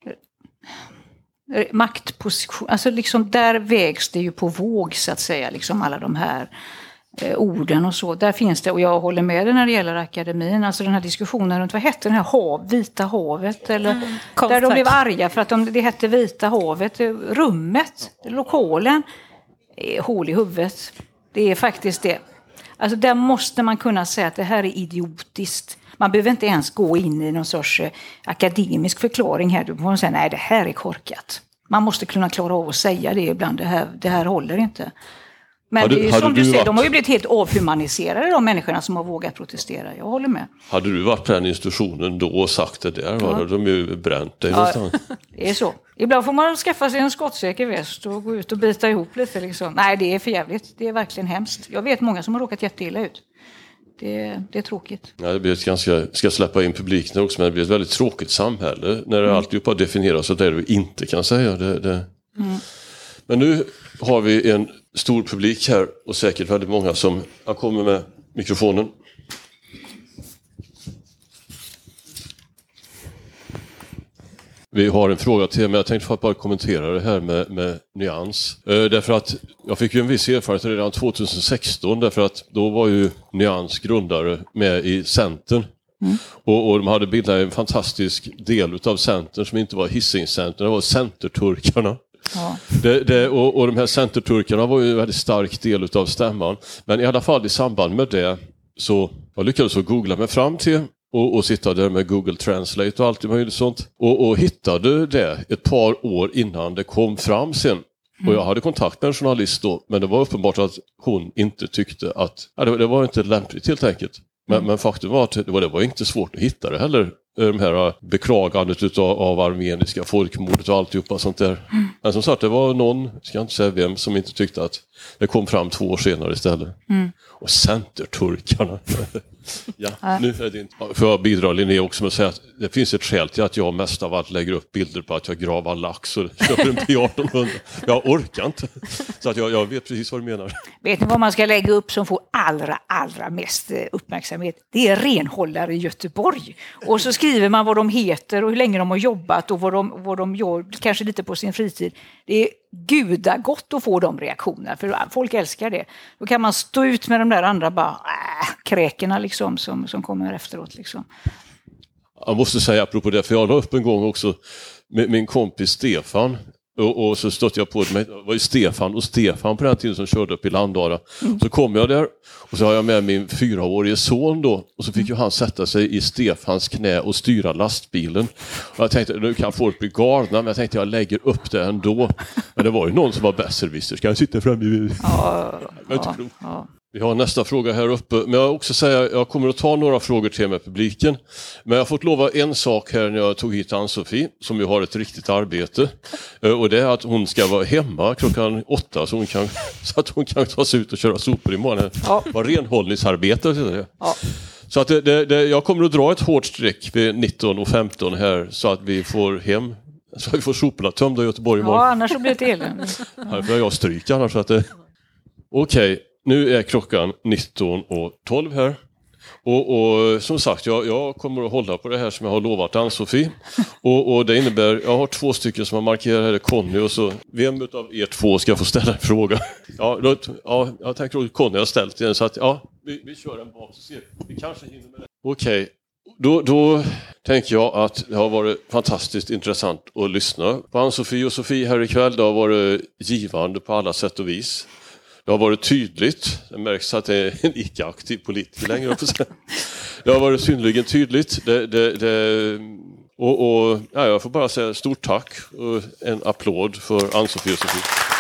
maktposition, alltså liksom där vägs det ju på våg så att säga, liksom alla de här eh, orden och så. Där finns det, och jag håller med det när det gäller akademin, alltså den här diskussionen runt, vad hette den här hav, Vita havet, eller mm, där de blev arga för att de, det hette Vita havet, rummet, lokalen, hål i huvudet. Det är faktiskt det. Alltså där måste man kunna säga att det här är idiotiskt. Man behöver inte ens gå in i någon sorts akademisk förklaring här. Du får säga, nej, det här är korkat. Man måste kunna klara av att säga det ibland. Det här, det här håller inte. Men du, det är som du, du säger, varit... de har ju blivit helt avhumaniserade, de människorna som har vågat protestera. Jag håller med. Hade du varit på den institutionen då och sagt det där, ja. Hade de ju bränt dig ja, någonstans. Det är så. Ibland får man skaffa sig en skottsäker väst och gå ut och bita ihop lite. Liksom. Nej, det är för jävligt. Det är verkligen hemskt. Jag vet många som har råkat jätteilla ut. Det, det är tråkigt. Ja, det blir ett ganska, ska släppa in publiken också, men det blir ett väldigt tråkigt samhälle när det mm. alltid bara definieras så det du inte kan säga. Det, det. Mm. Men nu har vi en stor publik här och säkert väldigt många som... Jag kommer med mikrofonen. Vi har en fråga till, men jag tänkte bara kommentera det här med, med nyans. Eh, därför att jag fick ju en viss erfarenhet redan tjugohundrasexton, därför att då var ju Nyans grundare med i Centern. Mm. Och, och de hade bildat en fantastisk del av Centern som inte var Hisingen-Centern, det var Centerturkarna. Ja. Det, det, och, och de här Centerturkarna var ju en väldigt stark del av stämman. Men i alla fall i samband med det så jag lyckades jag googla mig fram till och, och sitta där med Google Translate och allt möjligt sånt. Och, och hittade det ett par år innan det kom fram sen. Mm. Och jag hade kontakt med en journalist då, men det var uppenbart att hon inte tyckte att ja, det, det var inte lämpligt helt enkelt. Men, mm. men faktum var att det var, det var inte svårt att hitta det heller. De här beklagandet utav, av armeniska folkmordet och alltihopa sånt där. Mm. Men som sagt, det var någon, ska jag inte säga vem, som inte tyckte att det kom fram två år senare istället. Mm. Och Centerturkarna. ja, äh. nu är det inte. Får jag bidra Linné också med att säga att det finns ett skäl till att jag mest av allt lägger upp bilder på att jag gravar lax och köper en P arton hundra. Jag orkar inte. Så att jag, jag vet precis vad du menar. Vet ni vad man ska lägga upp som får allra, allra mest uppmärksamhet? Det är renhållare i Göteborg. Och så skriver man vad de heter och hur länge de har jobbat och vad de, vad de gör, kanske lite på sin fritid. Det är gudagott att få de reaktionerna, för folk älskar det. Då kan man stå ut med de där andra bara äh, kräkerna liksom, som, som kommer efteråt. Liksom. Jag måste säga apropå det, för jag la upp en gång också med min kompis Stefan. Och, och så stötte jag på det, med, det var ju Stefan och Stefan på den tiden som körde upp i Landara. Mm. Så kom jag där och så har jag med min fyraårige son då. Och så fick ju han sätta sig i Stefans knä och styra lastbilen. Och jag tänkte, nu kan folk bli galna, men jag tänkte jag lägger upp det ändå. Men det var ju någon som var besserwisser. Ska jag sitta fram i... Ja, ja, ja. Vi har nästa fråga här uppe. Men jag också säga, jag kommer att ta några frågor till med publiken. Men jag har fått lova en sak här när jag tog hit Ann-Sofie, som ju har ett riktigt arbete. Och det är att hon ska vara hemma klockan åtta så, hon kan, så att hon kan ta sig ut och köra sopor imorgon. Ja. Var renhållningsarbete. Ja. Så att det, det, det, jag kommer att dra ett hårt streck vid nitton och femton här så att vi får hem, så att vi får soporna tömda i Göteborg imorgon. Ja, annars så blir det elände. Här får jag stryka annars. Att det... Okej. Okay. Nu är klockan nitton och tolv här Och, och som sagt, jag, jag kommer att hålla på det här som jag har lovat Ann-Sofie. Och, och det innebär, jag har två stycken som har markerat här, Conny och så, vem av er två ska få ställa en fråga? Ja, då, ja jag tänker att Conny har ställt den, så att ja, vi, vi kör en bak och ser. Vi kanske hinner med det. Okej, då, då tänker jag att det har varit fantastiskt intressant att lyssna på Ann-Sofie och Sofie här ikväll. Det har varit givande på alla sätt och vis. Det har varit tydligt. Det märks att det är en icke-aktiv politiker längre. Det har varit synnerligen tydligt. Det, det, det, och och ja, jag får bara säga stort tack och en applåd för Ann-Sofie och Sofie.